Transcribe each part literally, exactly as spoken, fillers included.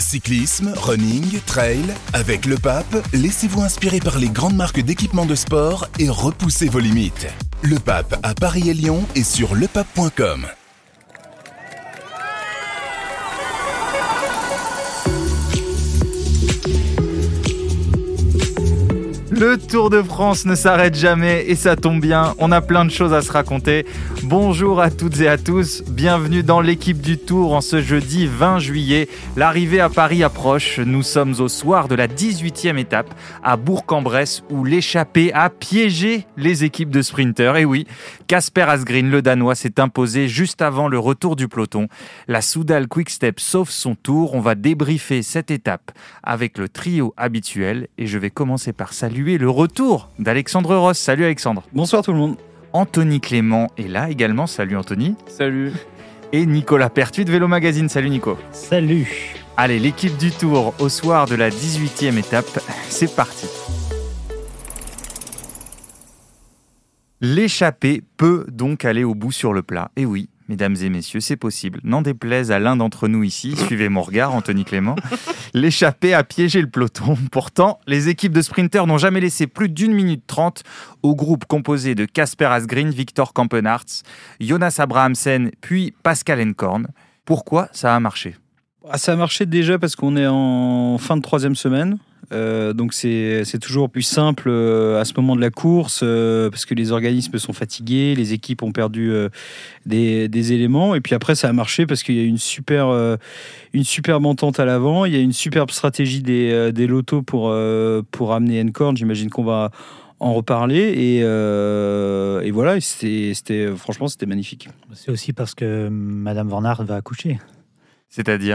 Cyclisme, running, trail, avec Le Pape, laissez-vous inspirer par les grandes marques d'équipements de sport et repoussez vos limites. Le Pape à Paris et Lyon et sur le pape point com. Le Tour de France ne s'arrête jamais et ça tombe bien, on a plein de choses à se raconter. Bonjour à toutes et à tous, bienvenue dans l'équipe du Tour en ce jeudi vingt juillet. L'arrivée à Paris approche, nous sommes au soir de la dix-huitième étape à Bourg-en-Bresse où l'échappée a piégé les équipes de sprinteurs. Et oui, Kasper Asgreen, le Danois, s'est imposé juste avant le retour du peloton. La Soudal Quick-Step sauve son tour, on va débriefer cette étape avec le trio habituel et je vais commencer par saluer le retour d'Alexandre Ross. Salut Alexandre. Bonsoir tout le monde. Anthony Clément est là également. Salut Anthony. Salut. Et Nicolas Pertuis de Vélo Magazine. Salut Nico. Salut. Allez, l'équipe du Tour au soir de la dix-huitième étape. C'est parti. L'échappée peut donc aller au bout sur le plat. Et oui, mesdames et messieurs, c'est possible. N'en déplaise à l'un d'entre nous ici, suivez mon regard, Anthony Clément. L'échappée a piégé le peloton. Pourtant, les équipes de sprinteurs n'ont jamais laissé plus d'une minute trente au groupe composé de Kasper Asgreen, Victor Campenaerts, Jonas Abrahamsen, puis Pascal Enkorn. Pourquoi ça a marché ? Ah, ça a marché déjà parce qu'on est en fin de troisième semaine. Euh, donc c'est, c'est toujours plus simple euh, à ce moment de la course euh, parce que les organismes sont fatigués, les équipes ont perdu euh, des, des éléments et puis après ça a marché parce qu'il y a une super euh, une superbe entente à l'avant, il y a une superbe stratégie des, euh, des lotos pour, euh, pour amener Enkorn, j'imagine qu'on va en reparler et, euh, et voilà, et c'était, c'était, franchement c'était magnifique. C'est aussi parce que Madame Van Aert va accoucher. C'est-à-dire ?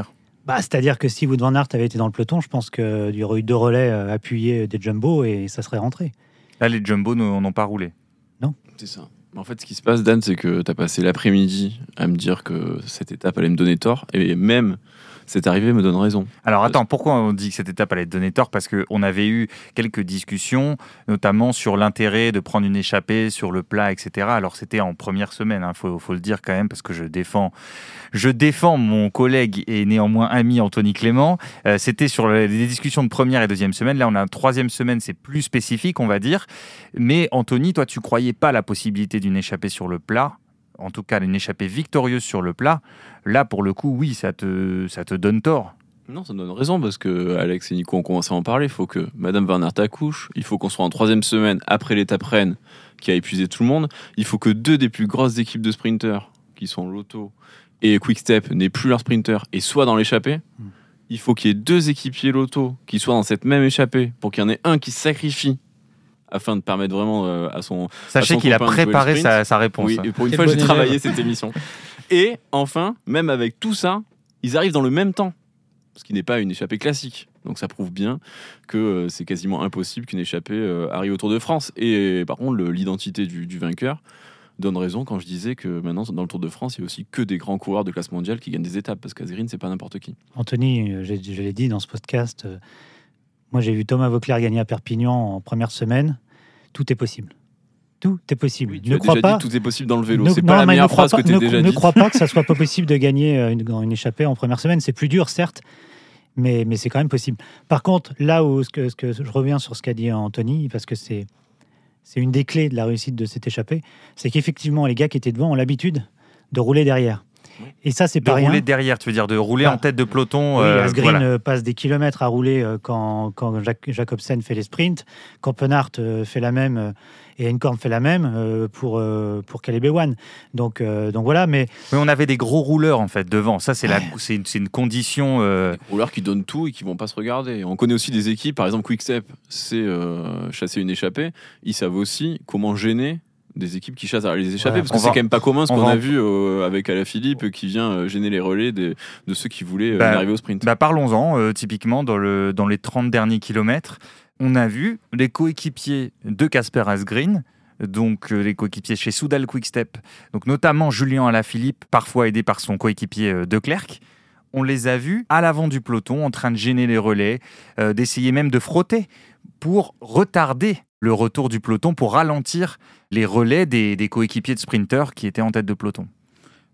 Bah, c'est-à-dire que si Wout Van Aert avait été dans le peloton, je pense qu'il y aurait eu deux relais appuyés des Jumbo et ça serait rentré. Là, les Jumbo n'ont pas roulé. Non. C'est ça. En fait, ce qui se passe, Dan, c'est que tu as passé l'après-midi à me dire que cette étape allait me donner tort. Et même cette arrivée me donne raison. Alors attends, pourquoi on dit que cette étape allait te donner tort ? Parce qu'on avait eu quelques discussions, notamment sur l'intérêt de prendre une échappée sur le plat, et cetera. Alors c'était en première semaine, il hein, faut, faut le dire quand même, parce que je défends, je défends mon collègue et néanmoins ami Anthony Clément. Euh, c'était sur les discussions de première et deuxième semaine. Là, on a une troisième semaine, c'est plus spécifique, on va dire. Mais Anthony, toi, tu croyais pas à la possibilité d'une échappée sur le plat ? En tout cas, une échappée victorieuse sur le plat, là, pour le coup, oui, ça te, ça te donne tort. Non, ça me donne raison, parce que Alex et Nico ont commencé à en parler. Il faut que Madame Van Aert accouche. Il faut qu'on soit en troisième semaine après l'étape Rennes, qui a épuisé tout le monde. Il faut que deux des plus grosses équipes de sprinteurs, qui sont Lotto et Quick-Step, n'aient plus leur sprinter et soient dans l'échappée. Mmh. Il faut qu'il y ait deux équipiers Lotto qui soient dans cette même échappée, pour qu'il y en ait un qui se sacrifie afin de permettre vraiment euh, à son Sachez à son qu'il a préparé sa, sa réponse. Oui, et pour une Quel fois, j'ai travaillé cette émission. Et enfin, même avec tout ça, ils arrivent dans le même temps, ce qui n'est pas une échappée classique. Donc ça prouve bien que euh, c'est quasiment impossible qu'une échappée euh, arrive au Tour de France. Et par contre, le, l'identité du, du vainqueur donne raison quand je disais que maintenant, dans le Tour de France, il y a aussi que des grands coureurs de classe mondiale qui gagnent des étapes, parce qu'Asgreen, c'est pas n'importe qui. Anthony, je, je l'ai dit dans ce podcast, euh, moi j'ai vu Thomas Voeckler gagner à Perpignan en première semaine. Tout est possible. Tout est possible. Oui, tu ne as crois déjà pas. dit tout est possible dans le vélo. Ne, c'est non, pas la meilleure phrase pas, que tu as déjà dit. Ne dit. crois pas que ça soit pas possible de gagner une, une échappée en première semaine. C'est plus dur, certes, mais, mais c'est quand même possible. Par contre, là où ce que, ce que, je reviens sur ce qu'a dit Anthony, parce que c'est, c'est une des clés de la réussite de cette échappée, c'est qu'effectivement, les gars qui étaient devant ont l'habitude de rouler derrière. Et ça, c'est de pas rien. De rouler derrière, tu veux dire, de rouler bah, en tête de peloton. Oui, euh, Asgreen voilà. passe des kilomètres à rouler quand, quand Jacques, Jacobsen fait les sprints, Campenaerts fait la même et Enkorn fait la même pour, pour Caleb Ewan. Donc, donc voilà, mais... mais on avait des gros rouleurs en fait devant. Ça, c'est, ouais. la, c'est, une, c'est une condition... Euh... Des rouleurs qui donnent tout et qui ne vont pas se regarder. On connaît aussi des équipes, par exemple Quick-Step, c'est euh, chasser une échappée. Ils savent aussi comment gêner des équipes qui chassent à les échapper, ouais, parce que c'est va, quand même pas commun ce qu'on va, a vu euh, avec Alaphilippe qui vient euh, gêner les relais des, de ceux qui voulaient euh, bah, arriver au sprint. Bah parlons-en, euh, typiquement dans, le, dans les trente derniers kilomètres, on a vu les coéquipiers de Kasper Asgreen, donc euh, les coéquipiers chez Soudal Quick-Step, donc notamment Julien Alaphilippe, parfois aidé par son coéquipier euh, De Klerk. On les a vus à l'avant du peloton en train de gêner les relais, euh, d'essayer même de frotter pour retarder le retour du peloton, pour ralentir les relais des, des coéquipiers de sprinteurs qui étaient en tête de peloton.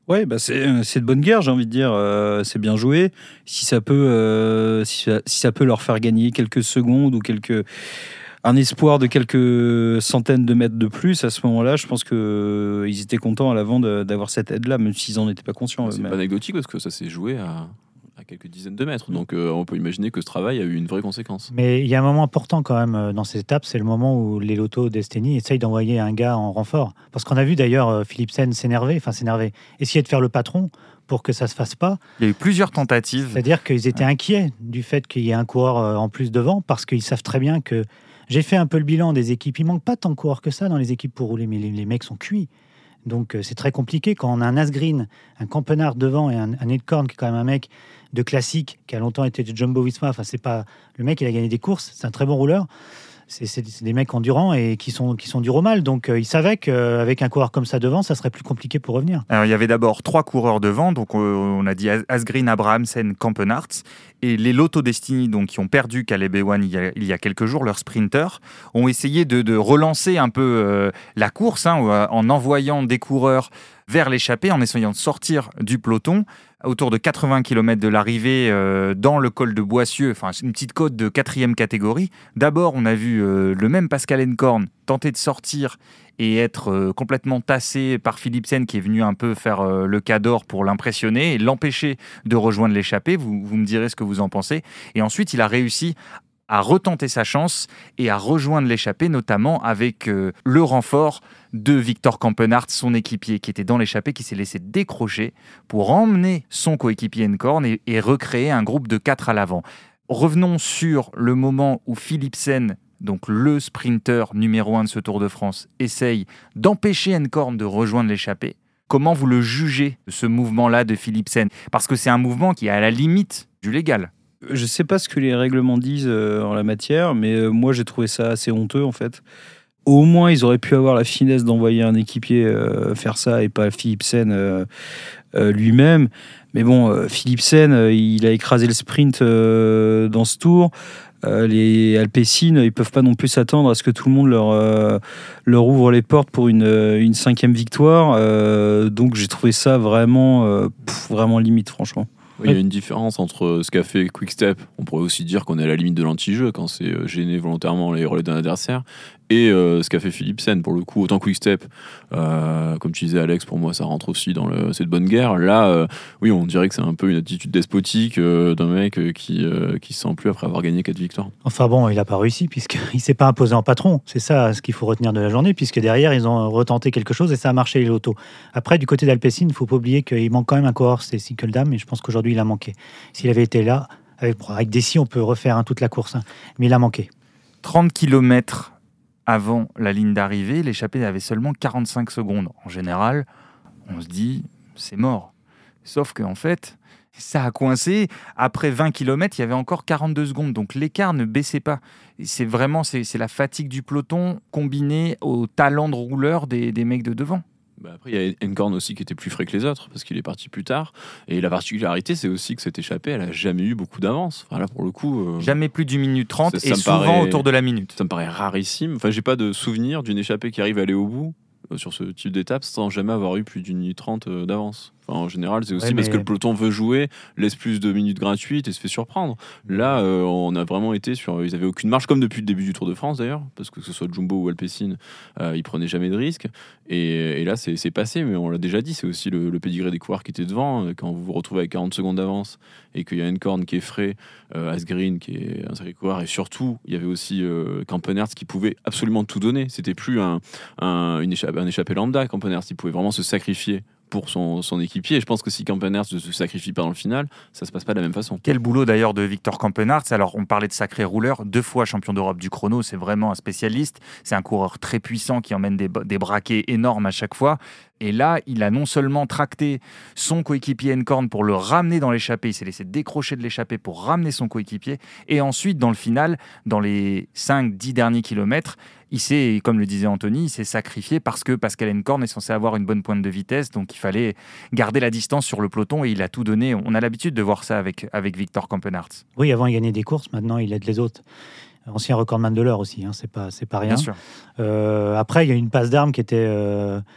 Ouais, bah c'est, c'est de bonne guerre, j'ai envie de dire. Euh, c'est bien joué. Si ça peut, euh, si, ça, si ça peut leur faire gagner quelques secondes ou quelques, un espoir de quelques centaines de mètres de plus, à ce moment-là, je pense qu'ils euh, étaient contents à l'avant de, d'avoir cette aide-là, même s'ils n'en étaient pas conscients. C'est mais... pas anecdotique parce que ça s'est joué à, à quelques dizaines de mètres. Donc euh, on peut imaginer que ce travail a eu une vraie conséquence. Mais il y a un moment important quand même dans ces étapes, c'est le moment où les Lotto Destiny essayent d'envoyer un gars en renfort. Parce qu'on a vu d'ailleurs Philipsen s'énerver, enfin s'énerver, essayer de faire le patron pour que ça se fasse pas. Il y a eu plusieurs tentatives. C'est-à-dire qu'ils étaient inquiets du fait qu'il y ait un coureur en plus devant, parce qu'ils savent très bien que... J'ai fait un peu le bilan des équipes. Il manque pas tant de coureurs que ça dans les équipes pour rouler, mais les, les mecs sont cuits. Donc c'est très compliqué quand on a un Asgreen, un Campenard devant et un, un Edkorn qui est quand même un mec de classique, qui a longtemps été de Jumbo-Visma. Enfin, c'est pas... Le mec, il a gagné des courses, c'est un très bon rouleur. C'est, c'est, c'est des mecs endurants et qui sont, qui sont durs au mal. Donc, euh, ils savaient qu'avec un coureur comme ça devant, ça serait plus compliqué pour revenir. Alors, il y avait d'abord trois coureurs devant. Donc, euh, on a dit Asgreen, Abrahamsen, Campenard. Et les Lotto Destiny, donc, qui ont perdu Caleb Ewan il y a, il y a quelques jours, leurs sprinters, ont essayé de, de relancer un peu euh, la course hein, en envoyant des coureurs vers l'échappée, en essayant de sortir du peloton. Autour de quatre-vingts kilomètres de l'arrivée euh, dans le col de Boissieu, enfin une petite côte de quatrième catégorie. D'abord, on a vu euh, le même Pascal Encorn tenter de sortir et être euh, complètement tassé par Philipsen qui est venu un peu faire euh, le cador pour l'impressionner et l'empêcher de rejoindre l'échappée. Vous, vous me direz ce que vous en pensez. Et ensuite, il a réussi à retenter sa chance et à rejoindre l'échappée, notamment avec euh, le renfort de Victor Campenard, son équipier qui était dans l'échappée, qui s'est laissé décrocher pour emmener son coéquipier Encorn et, et recréer un groupe de quatre à l'avant. Revenons sur le moment où Philipsen, donc le sprinter numéro un de ce Tour de France, essaye d'empêcher Encorn de rejoindre l'échappée. Comment vous le jugez, ce mouvement-là de Philipsen ? Parce que c'est un mouvement qui est à la limite du légal. Je ne sais pas ce que les règlements disent euh, en la matière, mais euh, moi j'ai trouvé ça assez honteux en fait. Au moins ils auraient pu avoir la finesse d'envoyer un équipier euh, faire ça et pas Philipsen euh, euh, lui-même. Mais bon, euh, Philipsen, euh, il a écrasé le sprint euh, dans ce tour. Euh, les Alpecin, ils peuvent pas non plus s'attendre à ce que tout le monde leur, euh, leur ouvre les portes pour une, une cinquième victoire. Euh, donc j'ai trouvé ça vraiment, euh, pff, vraiment limite franchement. Oui, il y a une différence entre ce qu'a fait Quick-Step, on pourrait aussi dire qu'on est à la limite de l'anti-jeu quand c'est gêner volontairement les relais d'un adversaire, et euh, ce qu'a fait Philipsen, pour le coup, autant Quick-Step, euh, comme tu disais Alex, pour moi ça rentre aussi dans le, cette bonne guerre. Là, euh, oui, on dirait que c'est un peu une attitude despotique euh, d'un mec euh, qui euh, qui se sent plus après avoir gagné quatre victoires. Enfin bon, il n'a pas réussi puisqu'il ne s'est pas imposé en patron. C'est ça ce qu'il faut retenir de la journée, puisque derrière, ils ont retenté quelque chose et ça a marché les Lotto. Après, du côté d'Alpecin, il ne faut pas oublier qu'il manque quand même un coureur, c'est Sinkeldam, et je pense qu'aujourd'hui, il a manqué. S'il avait été là, avec, avec Dessy, on peut refaire hein, toute la course, hein, mais il a manqué. trente kilomètres avant la ligne d'arrivée, l'échappée avait seulement quarante-cinq secondes. En général, on se dit, c'est mort. Sauf qu'en fait, ça a coincé. Après vingt kilomètres, il y avait encore quarante-deux secondes. Donc l'écart ne baissait pas. C'est vraiment c'est, c'est la fatigue du peloton combinée au talent de rouleur des, des mecs de devant. Bah après, il y a Encorn aussi qui était plus frais que les autres parce qu'il est parti plus tard. Et la particularité, c'est aussi que cette échappée, elle a jamais eu beaucoup d'avance. Enfin, là, pour le coup, euh, jamais plus d'une minute trente ça, et ça souvent paraît, autour de la minute. Ça me paraît rarissime. Enfin, j'ai pas de souvenir d'une échappée qui arrive à aller au bout euh, sur ce type d'étape sans jamais avoir eu plus d'une minute trente euh, d'avance. Enfin, en général, c'est aussi ouais, parce mais... que le peloton veut jouer, laisse plus de minutes gratuites et se fait surprendre. Là, euh, on a vraiment été sur. Ils avaient aucune marge, comme depuis le début du Tour de France d'ailleurs, parce que que ce soit Jumbo ou Alpecin, euh, ils prenaient jamais de risques. Et, et là, c'est, c'est passé, mais on l'a déjà dit, c'est aussi le, le pédigré des coureurs qui étaient devant. Quand vous vous retrouvez avec quarante secondes d'avance et qu'il y a Encorn qui est frais, euh, Asgreen qui est un sacré coureur, et surtout, il y avait aussi euh, Campenard qui pouvait absolument tout donner. C'était plus un, un, une échappée, un échappé lambda, Campenard, il pouvait vraiment se sacrifier pour son, son équipier. Et je pense que si Campenard ne se sacrifie pas dans le final, ça se passe pas de la même façon. Quel boulot d'ailleurs de Victor Campenard. Alors on parlait de sacré rouleur, deux fois champion d'Europe du chrono, c'est vraiment un spécialiste. C'est un coureur très puissant qui emmène des, des braquets énormes à chaque fois. Et là, il a non seulement tracté son coéquipier Encorn pour le ramener dans l'échappée, il s'est laissé décrocher de l'échappée pour ramener son coéquipier. Et ensuite, dans le final, dans les cinq dix derniers kilomètres, il s'est, comme le disait Anthony, il s'est sacrifié parce que Pascal Encorn est censé avoir une bonne pointe de vitesse, donc il fallait garder la distance sur le peloton et il a tout donné. On a l'habitude de voir ça avec, avec Victor Campenard. Oui, avant il gagnait des courses, maintenant il aide les autres. Ancien recordman de l'heure aussi, hein, c'est pas, c'est pas rien. Bien sûr. Euh, après, il y a une passe d'armes qui était... Euh...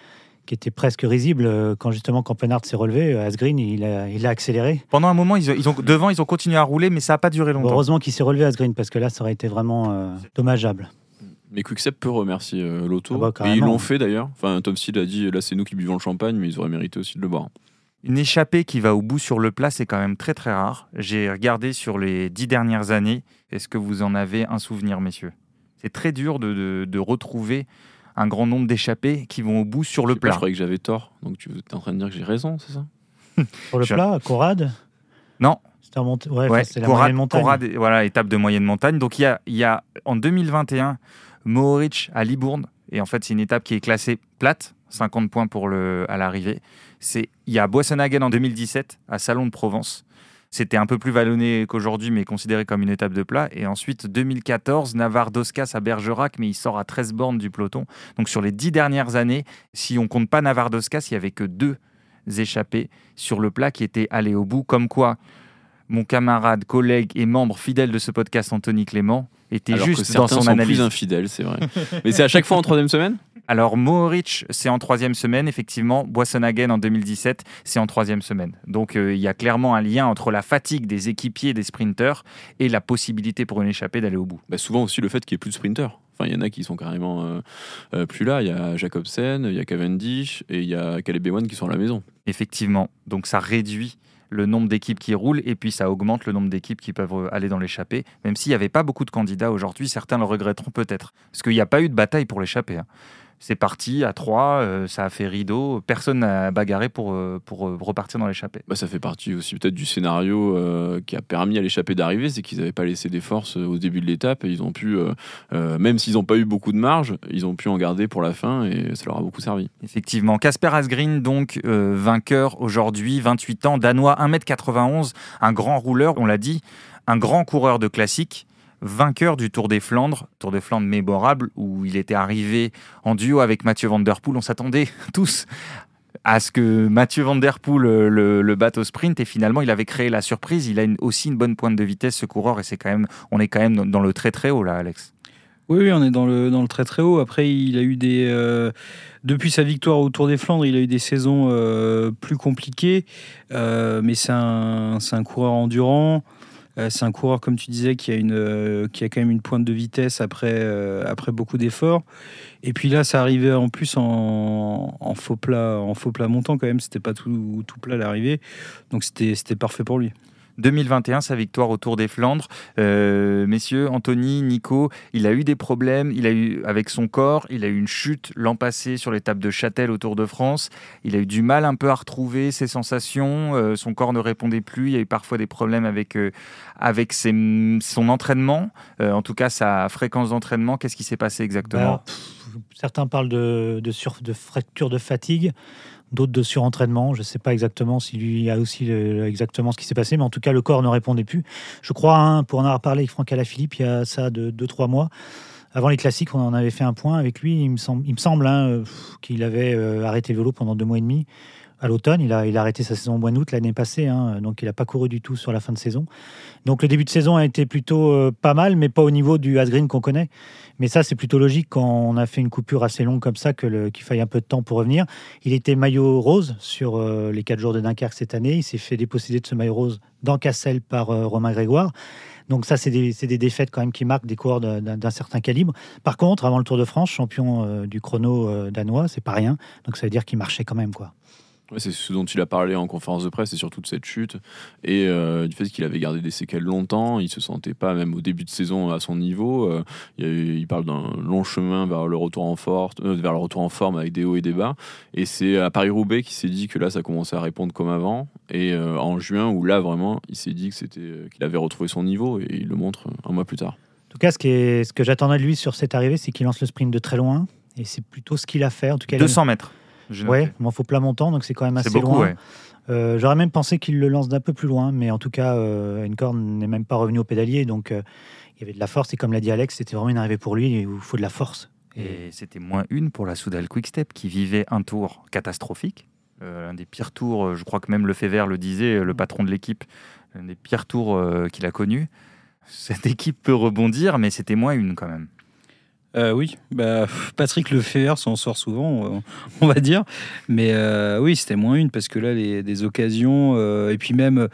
qui était presque risible euh, quand justement Campenard s'est relevé. Asgreen, il a, il a accéléré. Pendant un moment, ils ont, ils ont, devant, ils ont continué à rouler, mais ça n'a pas duré longtemps. Bon, heureusement qu'il s'est relevé Asgreen, parce que là, ça aurait été vraiment euh, dommageable. Mais Quick-Step peut remercier euh, l'auto. Ah bah, et ils l'ont fait d'ailleurs. Enfin, Tom Steele a dit là, c'est nous qui buvons le champagne, mais ils auraient mérité aussi de le boire. Une échappée qui va au bout sur le plat, c'est quand même très très rare. J'ai regardé sur les dix dernières années. Est-ce que vous en avez un souvenir, messieurs ? C'est très dur de, de, de retrouver un grand nombre d'échappées qui vont au bout sur le je plat. Pas, je croyais que j'avais tort. Donc tu es en train de dire que j'ai raison, c'est ça ? Sur le Je... plat, Conrad ? Non. C'était un mont... ouais, ouais, c'est la Conrad, moyenne montagne. Conrad, voilà, étape de moyenne montagne. Donc il y a, il y a en deux mille vingt et un, Mohoric à Libourne. Et en fait, c'est une étape qui est classée plate, cinquante points pour le, à l'arrivée. C'est, il y a Boissenhagen en deux mille dix-sept, à Salon de Provence. C'était un peu plus vallonné qu'aujourd'hui, mais considéré comme une étape de plat. Et ensuite, deux mille quatorze, Navarre-Doscas à Bergerac, mais il sort à treize bornes du peloton. Donc sur les dix dernières années, si on ne compte pas Navarre-Doscas, il n'y avait que deux échappés sur le plat qui étaient allés au bout. Comme quoi, mon camarade, collègue et membre fidèle de ce podcast, Anthony Clément, était Alors juste que dans son sont analyse. Plus infidèles, c'est vrai. Mais c'est à chaque fois en troisième semaine ? Alors, Mohoric, c'est en troisième semaine, effectivement. Boissenhagen, en deux mille dix-sept, c'est en troisième semaine. Donc, euh, il y a clairement un lien entre la fatigue des équipiers, des sprinteurs, et la possibilité pour une échappée d'aller au bout. Bah souvent aussi le fait qu'il n'y ait plus de sprinteurs. Enfin, il y en a qui sont carrément euh, euh, plus là. Il y a Jacobsen, il y a Cavendish et il y a Caleb Ewan qui sont à la maison. Effectivement. Donc, ça réduit le nombre d'équipes qui roulent et puis ça augmente le nombre d'équipes qui peuvent aller dans l'échappée. Même s'il n'y avait pas beaucoup de candidats aujourd'hui, certains le regretteront peut-être. Parce qu'il n'y a pas eu de bataille pour l'échappée. Hein. C'est parti à trois, euh, ça a fait rideau. Personne n'a bagarré pour, euh, pour euh, repartir dans l'échappée. Bah, ça fait partie aussi peut-être du scénario euh, qui a permis à l'échappée d'arriver, c'est qu'ils n'avaient pas laissé des forces au début de l'étape et ils ont pu, euh, euh, même s'ils n'ont pas eu beaucoup de marge, ils ont pu en garder pour la fin et ça leur a beaucoup servi. Effectivement. Casper Asgreen, donc euh, vainqueur aujourd'hui, vingt-huit ans, danois, un mètre quatre-vingt-onze, un grand rouleur, on l'a dit, un grand coureur de classique. Vainqueur du Tour des Flandres, Tour des Flandres mémorable, où il était arrivé en duo avec Mathieu Van Der Poel. On s'attendait tous à ce que Mathieu Van Der Poel le, le, le batte au sprint, et finalement il avait créé la surprise. Il a une, aussi une bonne pointe de vitesse, ce coureur, et c'est quand même, on est quand même dans le très très haut là, Alex. Oui, oui, on est dans le, dans le très très haut. Après, il a eu des... Euh, depuis sa victoire au Tour des Flandres, il a eu des saisons euh, plus compliquées, euh, mais c'est un, c'est un coureur endurant. Euh, c'est un coureur, comme tu disais, qui a, une, euh, qui a quand même une pointe de vitesse après, euh, après beaucoup d'efforts. Et puis là, ça arrivait en plus en, en, faux, plat, en faux plat montant quand même. C'était pas tout, tout plat à l'arrivée. Donc c'était, c'était parfait pour lui. deux mille vingt et un, sa victoire au Tour des Flandres. Euh, messieurs, Anthony, Nico, il a eu des problèmes il a eu, avec son corps. Il a eu une chute l'an passé sur l'étape de Châtel au Tour de France. Il a eu du mal un peu à retrouver ses sensations. Euh, son corps ne répondait plus. Il y a eu parfois des problèmes avec, euh, avec ses, son entraînement. Euh, en tout cas, sa fréquence d'entraînement. Qu'est-ce qui s'est passé exactement ? Bah, pff, certains parlent de, de, sur, de fracture de fatigue. D'autres de surentraînement. Je ne sais pas exactement s'il lui a aussi le, exactement ce qui s'est passé, mais en tout cas, le corps ne répondait plus. Je crois, hein, pour en avoir parlé avec Franck Alaphilippe, il y a ça de deux trois mois, avant les classiques, on en avait fait un point avec lui. Il me semble, il me semble hein, qu'il avait euh, arrêté le vélo pendant deux mois et demi. À l'automne, il a, il a arrêté sa saison au mois d'août l'année passée, hein, donc il n'a pas couru du tout sur la fin de saison. Donc le début de saison a été plutôt euh, pas mal, mais pas au niveau du Asgreen qu'on connaît. Mais ça, c'est plutôt logique quand on a fait une coupure assez longue comme ça, que le, qu'il faille un peu de temps pour revenir. Il était maillot rose sur euh, les quatre jours de Dunkerque cette année. Il s'est fait déposséder de ce maillot rose dans Cassel par euh, Romain Grégoire. Donc ça, c'est des, c'est des défaites quand même qui marquent des coureurs d'un, d'un certain calibre. Par contre, avant le Tour de France, champion euh, du chrono euh, danois, c'est pas rien. Donc ça veut dire qu'il marchait quand même, quoi. Ouais, c'est ce dont il a parlé en conférence de presse, c'est surtout de cette chute et euh, du fait qu'il avait gardé des séquelles longtemps. Il se sentait pas, même au début de saison, à son niveau. Euh, il, eu, il parle d'un long chemin vers le retour en forme, euh, vers le retour en forme avec des hauts et des bas. Et c'est à Paris-Roubaix qu'il s'est dit que là, ça commençait à répondre comme avant. Et euh, en juin, où là vraiment, il s'est dit que c'était qu'il avait retrouvé son niveau et il le montre un mois plus tard. En tout cas, ce, qui est, ce que j'attendais de lui sur cette arrivée, c'est qu'il lance le sprint de très loin. Et c'est plutôt ce qu'il a fait. En tout cas, deux cents mètres. Ouais, il faut plat montant, donc c'est quand même assez c'est beaucoup, loin. Ouais. Euh, j'aurais même pensé qu'il le lance d'un peu plus loin, mais en tout cas, euh, Hennecorn n'est même pas revenu au pédalier, donc euh, il y avait de la force. Et comme l'a dit Alex, c'était vraiment une arrivée pour lui, il faut de la force. Et c'était moins une pour la Soudal Quick-Step qui vivait un tour catastrophique. Euh, un des pires tours, je crois que même Lefebvre le disait, le patron de l'équipe, un des pires tours euh, qu'il a connu. Cette équipe peut rebondir, mais c'était moins une quand même. Euh, oui, bah, Patrick Lefebvre s'en sort souvent, on va dire. Mais euh, oui, c'était moins une parce que là, les, des occasions, euh, et puis même euh,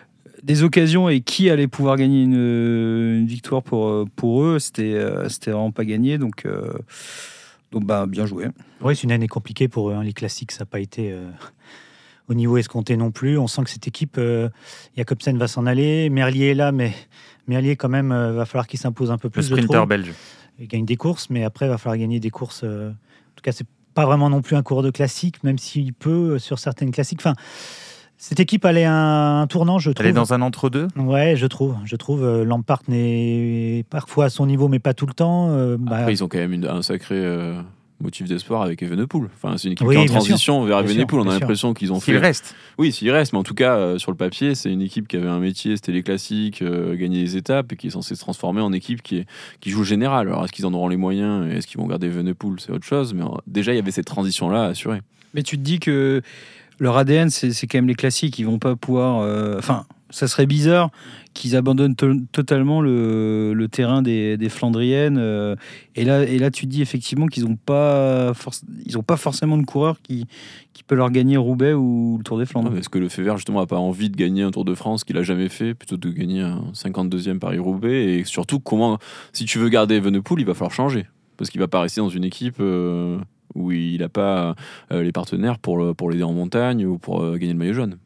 des occasions et qui allait pouvoir gagner une, une victoire pour, pour eux, c'était, euh, c'était vraiment pas gagné. Donc, euh, donc bah, bien joué. Oui, c'est une année compliquée pour eux. Hein. Les classiques, ça n'a pas été euh, au niveau escompté non plus. On sent que cette équipe, euh, Jacobsen va s'en aller. Merlier est là, mais Merlier, quand même, euh, va falloir qu'il s'impose un peu plus. Le sprinter belge. Il gagne des courses, mais après, il va falloir gagner des courses. Euh... En tout cas, c'est pas vraiment non plus un coureur de classique, même s'il peut euh, sur certaines classiques. Enfin, cette équipe allait à un, un tournant, je trouve. Elle est dans un entre-deux. Ouais, je trouve. Je trouve euh, Lampard n'est parfois à son niveau, mais pas tout le temps. Euh, bah... Après, ils ont quand même une, un sacré euh, motif d'espoir avec Evenepoel. Enfin, c'est une équipe oui, qui est en bien transition sûr, vers bien Evenepoel. sûr, On a bien l'impression qu'ils ont S'il fait. reste. Oui, s'il reste, mais en tout cas, euh, sur le papier, c'est une équipe qui avait un métier, c'était les classiques, euh, gagner les étapes, et qui est censée se transformer en équipe qui, est, qui joue le général. Alors, est-ce qu'ils en auront les moyens et est-ce qu'ils vont garder Evenepoel? C'est autre chose, mais euh, déjà, il y avait cette transition-là à assurer. Mais tu te dis que leur A D N, c'est, c'est quand même les classiques. Ils vont pas pouvoir. Enfin, euh, ça serait bizarre qu'ils abandonnent to- totalement le, le terrain des, des Flandriennes. Euh, et, là, et là, tu te dis effectivement qu'ils n'ont pas, forc- ils ont pas forcément de coureur qui, qui peut leur gagner Roubaix ou le Tour des Flandres. Ouais, est-ce que Lefebvre, justement, n'a pas envie de gagner un Tour de France qu'il n'a jamais fait, plutôt de gagner un cinquante-deuxième Paris-Roubaix? Et surtout, comment, si tu veux garder Evenepoel, il va falloir changer. Parce qu'il ne va pas rester dans une équipe euh, où il n'a pas euh, les partenaires pour, le, pour l'aider en montagne ou pour euh, gagner le maillot jaune.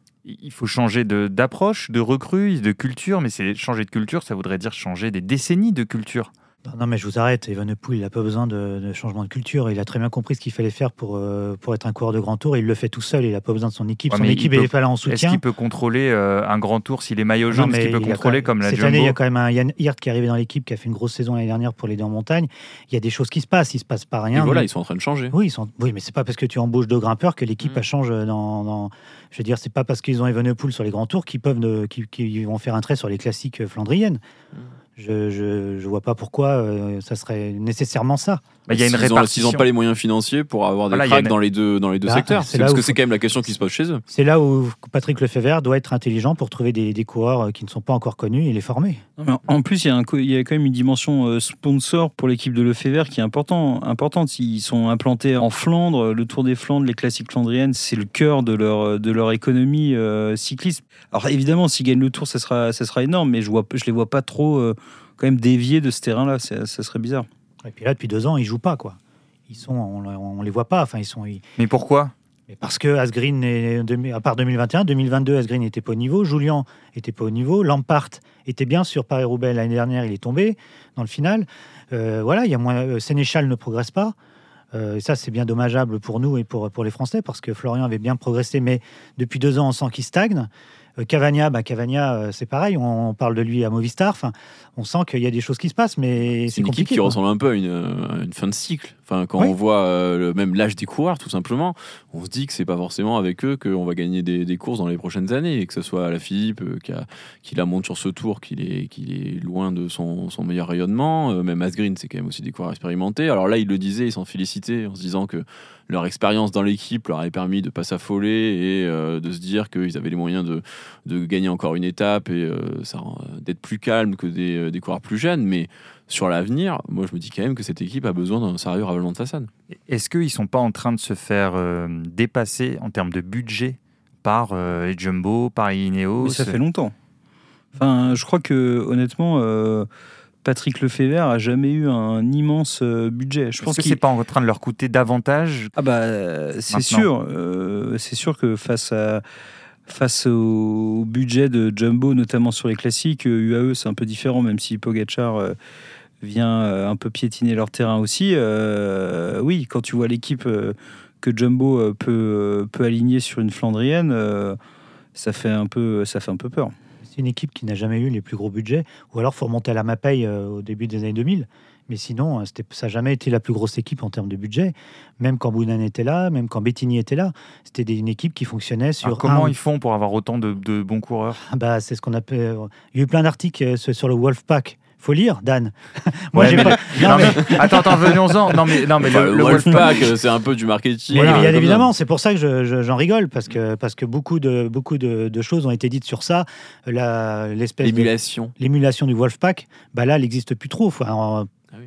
Il faut changer de, d'approche, de recrue, de culture, mais c'est changer de culture, ça voudrait dire changer des décennies de culture. Non, non, mais je vous arrête. Evenepoel, il n'a pas besoin de, de changement de culture. Il a très bien compris ce qu'il fallait faire pour, euh, pour être un coureur de grand tour. Il le fait tout seul. Il n'a pas besoin de son équipe. Ouais, son mais équipe il peut- n'est pas là en Est-ce soutien. qu'il peut contrôler euh, un grand tour s'il est maillot Non, jaune? Est-ce mais qu'il peut il y a contrôler quand même- comme la Cette Jumbo? année, il y a quand même un Yann Hirt qui est arrivé dans l'équipe, qui a fait une grosse saison l'année dernière pour l'aider en montagne. Il y a des choses qui se passent. Il ne se passe pas rien. Et voilà, mais- ils sont en train de changer. Oui, ils sont... oui, mais c'est pas parce que tu embauches deux grimpeurs que l'équipe Mm. elle change dans, dans- Je veux dire, c'est pas parce qu'ils ont Evenepoel sur les grands tours qu'ils peuvent ne- qu'ils, qu'ils vont faire un trait sur les classiques flandriennes. Mm. Je, je, je vois pas pourquoi euh, ça serait nécessairement ça. Bah, il y a une S'ils ont- répartition. S'ils n'ont pas les moyens financiers pour avoir des Voilà, il y a cracks une- dans les deux, dans les deux Bah, secteurs. c'est C'est là parce où que faut- c'est quand même la question qui se pose chez eux. C'est là où Patrick Lefebvre doit être intelligent pour trouver des, des coureurs qui ne sont pas encore connus et les former. Non, mais en plus, il y, a un co- il y a quand même une dimension euh, sponsor pour l'équipe de Lefebvre qui est important, importante. Ils sont implantés en Flandre, le Tour des Flandres, les classiques flandriennes, c'est le cœur de leur, de leur économie euh, cycliste. Alors évidemment, s'ils gagnent le Tour, ça sera, ça sera énorme, mais je ne je les vois pas trop euh, quand même dévier de ce terrain-là. Ça, ça serait bizarre. Et puis là, depuis deux ans, ils jouent pas, quoi. Ils sont, on, on les voit pas. Enfin, ils sont. Ils... Mais pourquoi? Mais parce que Asgreen, est, à part deux mille vingt et un, deux mille vingt-deux, Asgreen n'était pas au niveau, Julian était pas au niveau, Lampard était bien sur Paris-Roubaix l'année dernière, il est tombé dans le final. Euh, voilà, il y a moins. euh, Sénéchal ne progresse pas. Euh, et ça, c'est bien dommageable pour nous et pour, pour les Français, parce que Florian avait bien progressé, mais depuis deux ans, on sent qu'il stagne. Euh, Cavagna, bah, Cavagna euh, c'est pareil, on, on parle de lui à Movistar. Enfin, on sent qu'il y a des choses qui se passent, mais c'est, C'est une équipe compliqué. qui quoi. ressemble un peu à une, à une fin de cycle. Enfin, quand Oui. on voit euh, le, même l'âge des coureurs, tout simplement, on se dit que c'est pas forcément avec eux qu'on va gagner des, des courses dans les prochaines années. Et que ce soit Alaphilippe euh, qui, a, qui la monte sur ce tour, qu'il est, qu'il est loin de son, son meilleur rayonnement. Euh, même Asgreen, c'est quand même aussi des coureurs expérimentés. Alors là, il le disait, il s'en félicitait en se disant que leur expérience dans l'équipe leur avait permis de ne pas s'affoler et euh, de se dire qu'ils avaient les moyens de, de gagner encore une étape et euh, ça, d'être plus calme que des, des coureurs plus jeunes. Mais sur l'avenir, moi je me dis quand même que cette équipe a besoin d'un sérieux ravalement de façade. Est-ce qu'ils ne sont pas en train de se faire euh, dépasser en termes de budget par euh, les Jumbo, par Ineos? Mais ça fait longtemps. Enfin, je crois que honnêtement, euh, Patrick Lefebvre a jamais eu un immense euh, budget. Je Est-ce pense que qu'il c'est pas en train de leur coûter davantage? Ah bah euh, c'est Maintenant. sûr, euh, c'est sûr que face à face au, au budget de Jumbo, notamment sur les classiques, euh, U A E c'est un peu différent, même si Pogacar euh, vient euh, un peu piétiner leur terrain aussi. Euh, oui, quand tu vois l'équipe euh, que Jumbo euh, peut euh, peut aligner sur une Flandrienne, euh, ça fait un peu ça fait un peu peur. C'est une équipe qui n'a jamais eu les plus gros budgets, ou alors il faut remonter à la Mapei euh, au début des années deux mille. Mais sinon, euh, c'était, ça n'a jamais été la plus grosse équipe en termes de budget. Même quand Bounan était là, même quand Bettini était là, c'était des- une équipe qui fonctionnait sur Alors, comment un- ils font pour avoir autant de, de bons coureurs? Ah bah, c'est ce qu'on appelle. euh, Il y a eu plein d'articles euh, sur sur le Wolfpack. Faut lire, Dan. Moi, Ouais, j'ai mais- pas. Non, Non, mais- mais, attends, attends, venons-en. Non, mais, non, mais Enfin, le, le, le Wolfpack, Wolfpack- euh, c'est un peu du marketing. Mais Voilà, bien comme évidemment, c'est pour ça que je- je- j'en rigole, parce que, parce que beaucoup, de, beaucoup de, de choses ont été dites sur ça. La, ça. l'espèce de- L'émulation. l'émulation du Wolfpack, bah là, elle n'existe plus trop. Enfin, en- Ah oui.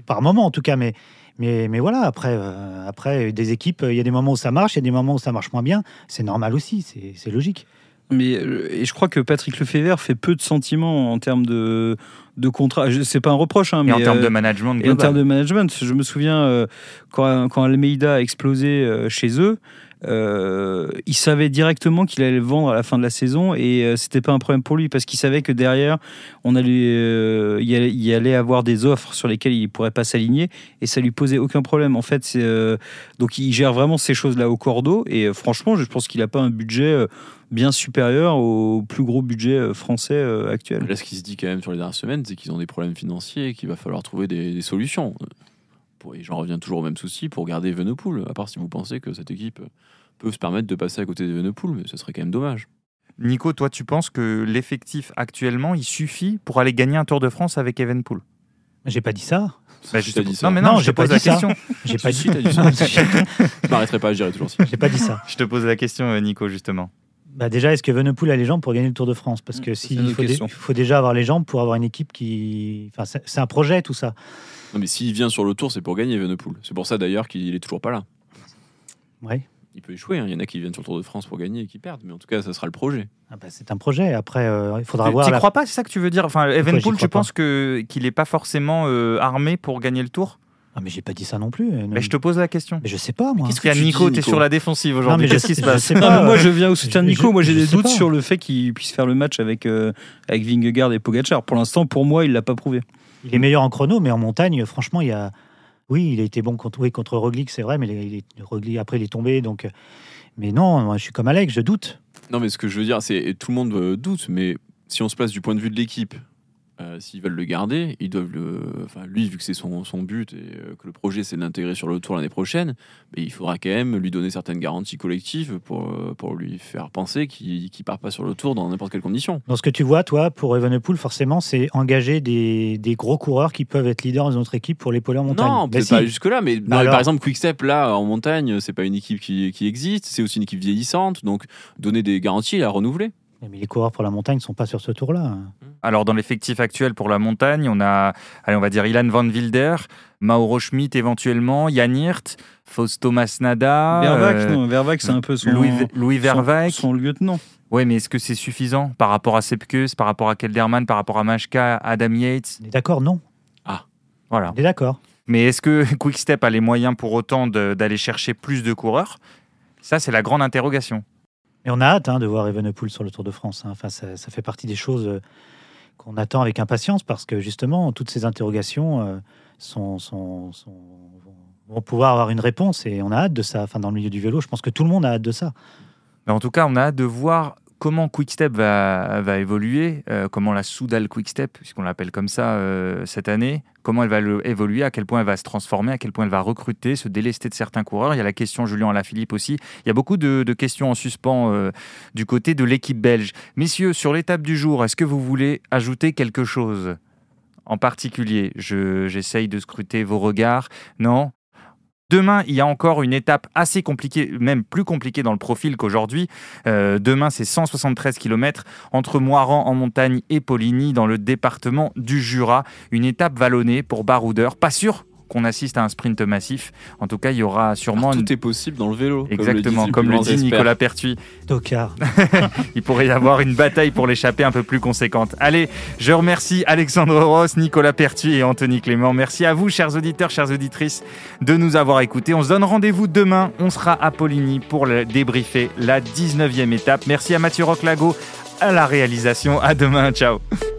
par moment en tout cas, mais, mais, mais voilà, après, euh, après, des équipes, il y a des moments où ça marche, il y a des moments où ça marche moins bien, c'est normal aussi, c'est, c'est logique. Mais, et je crois que Patrick Lefebvre fait peu de sentiments en termes de, de contrat. Je- C'est pas un reproche, hein, Et mais en termes euh, de management et en global. termes de management, je me souviens euh, quand, quand Almeida a explosé euh, chez eux, euh, il savait directement qu'il allait le vendre à la fin de la saison et euh, c'était pas un problème pour lui parce qu'il savait que derrière, on allait, euh, il allait, il allait avoir des offres sur lesquelles il pourrait pas s'aligner et ça lui posait aucun problème. En fait, c'est, euh, donc il gère vraiment ces choses-là au cordeau et euh, franchement, je pense qu'il a pas un budget euh, bien supérieur au plus gros budget euh, français euh, actuel. Là, ce qui se dit quand même sur les dernières semaines, c'est qu'ils ont des problèmes financiers et qu'il va falloir trouver des, des solutions. Pour- Et j'en reviens toujours au même souci pour garder Evenepoel, à part si vous pensez que cette équipe peut se permettre de passer à côté d'Evenepoel, mais ce serait quand même dommage. Nico, toi, tu penses que l'effectif actuellement, il suffit pour aller gagner un Tour de France avec Evenepoel? J'ai pas dit ça. Bah, Si, t'as dit ça. Non, mais non, Non, je te j'ai pas pose la dit ça. question. J'ai pas Si, dit si, t'as dit ça. Je m'arrêterai pas, je dirai toujours si. J'ai pas dit ça. Je te pose la question, euh, Nico, justement. Bah déjà, est-ce que Evenepoel a les jambes pour gagner le Tour de France? Parce que Mmh, si, c'est une il autre faut, dé- question. il faut déjà avoir les jambes pour avoir une équipe qui. Enfin, c'est, c'est un projet tout ça. Non, mais s'il vient sur le tour, c'est pour gagner Evenepoel. C'est pour ça d'ailleurs qu'il est toujours pas là. Ouais. Il peut échouer, hein. Il y en a qui viennent sur le Tour de France pour gagner et qui perdent, mais en tout cas, ça sera le projet. Ah bah, c'est un projet. Après, euh, il faudra Tu voir. n'y la- crois pas, c'est ça que tu veux dire? Enfin, j'y Evenepoel, crois tu pas. penses que, qu'il n'est pas forcément euh, armé pour gagner le Tour? Ah, mais j'ai pas dit ça non plus. euh, Mais je te pose la question. Mais je sais pas moi. qu'est-ce Parce que qu'il y a tu Nico, dis, t'es Nico sur la défensive Non, aujourd'hui. mais Qu'est-ce je- qui se je passe? sais Non, pas, mais moi, euh, je viens au soutien de je- Nico. je- Moi, j'ai je des sais doutes pas. sur le fait qu'il puisse faire le match avec, euh, avec Vingegaard et Pogacar. Pour l'instant, pour moi, il l'a pas prouvé. Il est meilleur en chrono, mais en montagne, franchement, il y a. Oui, il a été bon contre, oui, contre Roglic, c'est vrai, mais il est- il est- Roglic, après, il est tombé. Donc... Mais non, moi, je suis comme Alex, je doute. Non, mais ce que je veux dire, c'est et tout le monde euh, doute, mais si on se place du point de vue de l'équipe, euh, s'ils veulent le garder, ils doivent le. Enfin, lui, vu que c'est son, son but et euh, que le projet c'est de l'intégrer sur le tour l'année prochaine, mais il faudra quand même lui donner certaines garanties collectives pour, euh, pour lui faire penser qu'il ne part pas sur le tour dans n'importe quelle condition. Dans ce que tu vois, toi, pour Evenepoel, forcément, c'est engager des, des gros coureurs qui peuvent être leaders dans notre équipe pour l'épauler en montagne. Non, Bah peut-être si. pas jusque-là, mais Bah non, alors. par exemple, Quick-Step, là, en montagne, c'est pas une équipe qui, qui existe, c'est aussi une équipe vieillissante, donc donner des garanties et la renouveler. Mais les coureurs pour la montagne ne sont pas sur ce tour-là. Alors, dans l'effectif actuel pour la montagne, on a, allez, on va dire Ilan Van Wilder, Mauro Schmidt éventuellement, Jan Hirt, Fausto Masnada, Vervaek, euh, non, Vervaek, c'est un peu son, Louis, Louis Vervaek. son, son lieutenant. Oui, mais est-ce que c'est suffisant par rapport à Sepkus, par rapport à Kelderman, par rapport à Majka, Adam Yates? On est d'accord? Non. Voilà. On est d'accord. Mais est-ce que Quick-Step a les moyens pour autant de- d'aller chercher plus de coureurs? Ça, c'est la grande interrogation. Mais on a hâte hein, de voir Evenepoel sur le Tour de France. hein. Enfin, ça, ça fait partie des choses euh, qu'on attend avec impatience parce que justement, toutes ces interrogations euh, sont, sont- sont- vont pouvoir avoir une réponse et on a hâte de ça. Enfin, dans le milieu du vélo, je pense que tout le monde a hâte de ça. Mais en tout cas, on a hâte de voir comment Quick-Step va, va évoluer, euh, comment la Soudal Quick-Step, puisqu'on l'appelle comme ça euh, cette année, comment elle va le- évoluer, à quel point elle va se transformer, à quel point elle va recruter, se délester de certains coureurs. Il y a la question Julien Alaphilippe aussi. Il y a beaucoup de, de questions en suspens euh, du côté de l'équipe belge. Messieurs, sur l'étape du jour, est-ce que vous voulez ajouter quelque chose en particulier? Je, J'essaye de scruter vos regards. Non? Demain, il y a encore une étape assez compliquée, même plus compliquée dans le profil qu'aujourd'hui. Euh, demain, c'est cent soixante-treize kilomètres entre Moiran en montagne et Poligny dans le département du Jura. Une étape vallonnée pour baroudeurs. Pas sûr qu'on assiste à un sprint massif. En tout cas, il y aura sûrement... Ah, une- tout est possible dans le vélo. Exactement, comme le dit Nicolas Pertuis. Tocard. Il pourrait y avoir une bataille pour l'échapper un peu plus conséquente. Allez, je remercie Alexandre Ross, Nicolas Pertuis et Anthony Clément. Merci à vous, chers auditeurs, chères auditrices, de nous avoir écoutés. On se donne rendez-vous demain. On sera à Poligny pour le débriefer la dix-neuvième étape. Merci à Mathieu Roclago à la réalisation. À demain. Ciao.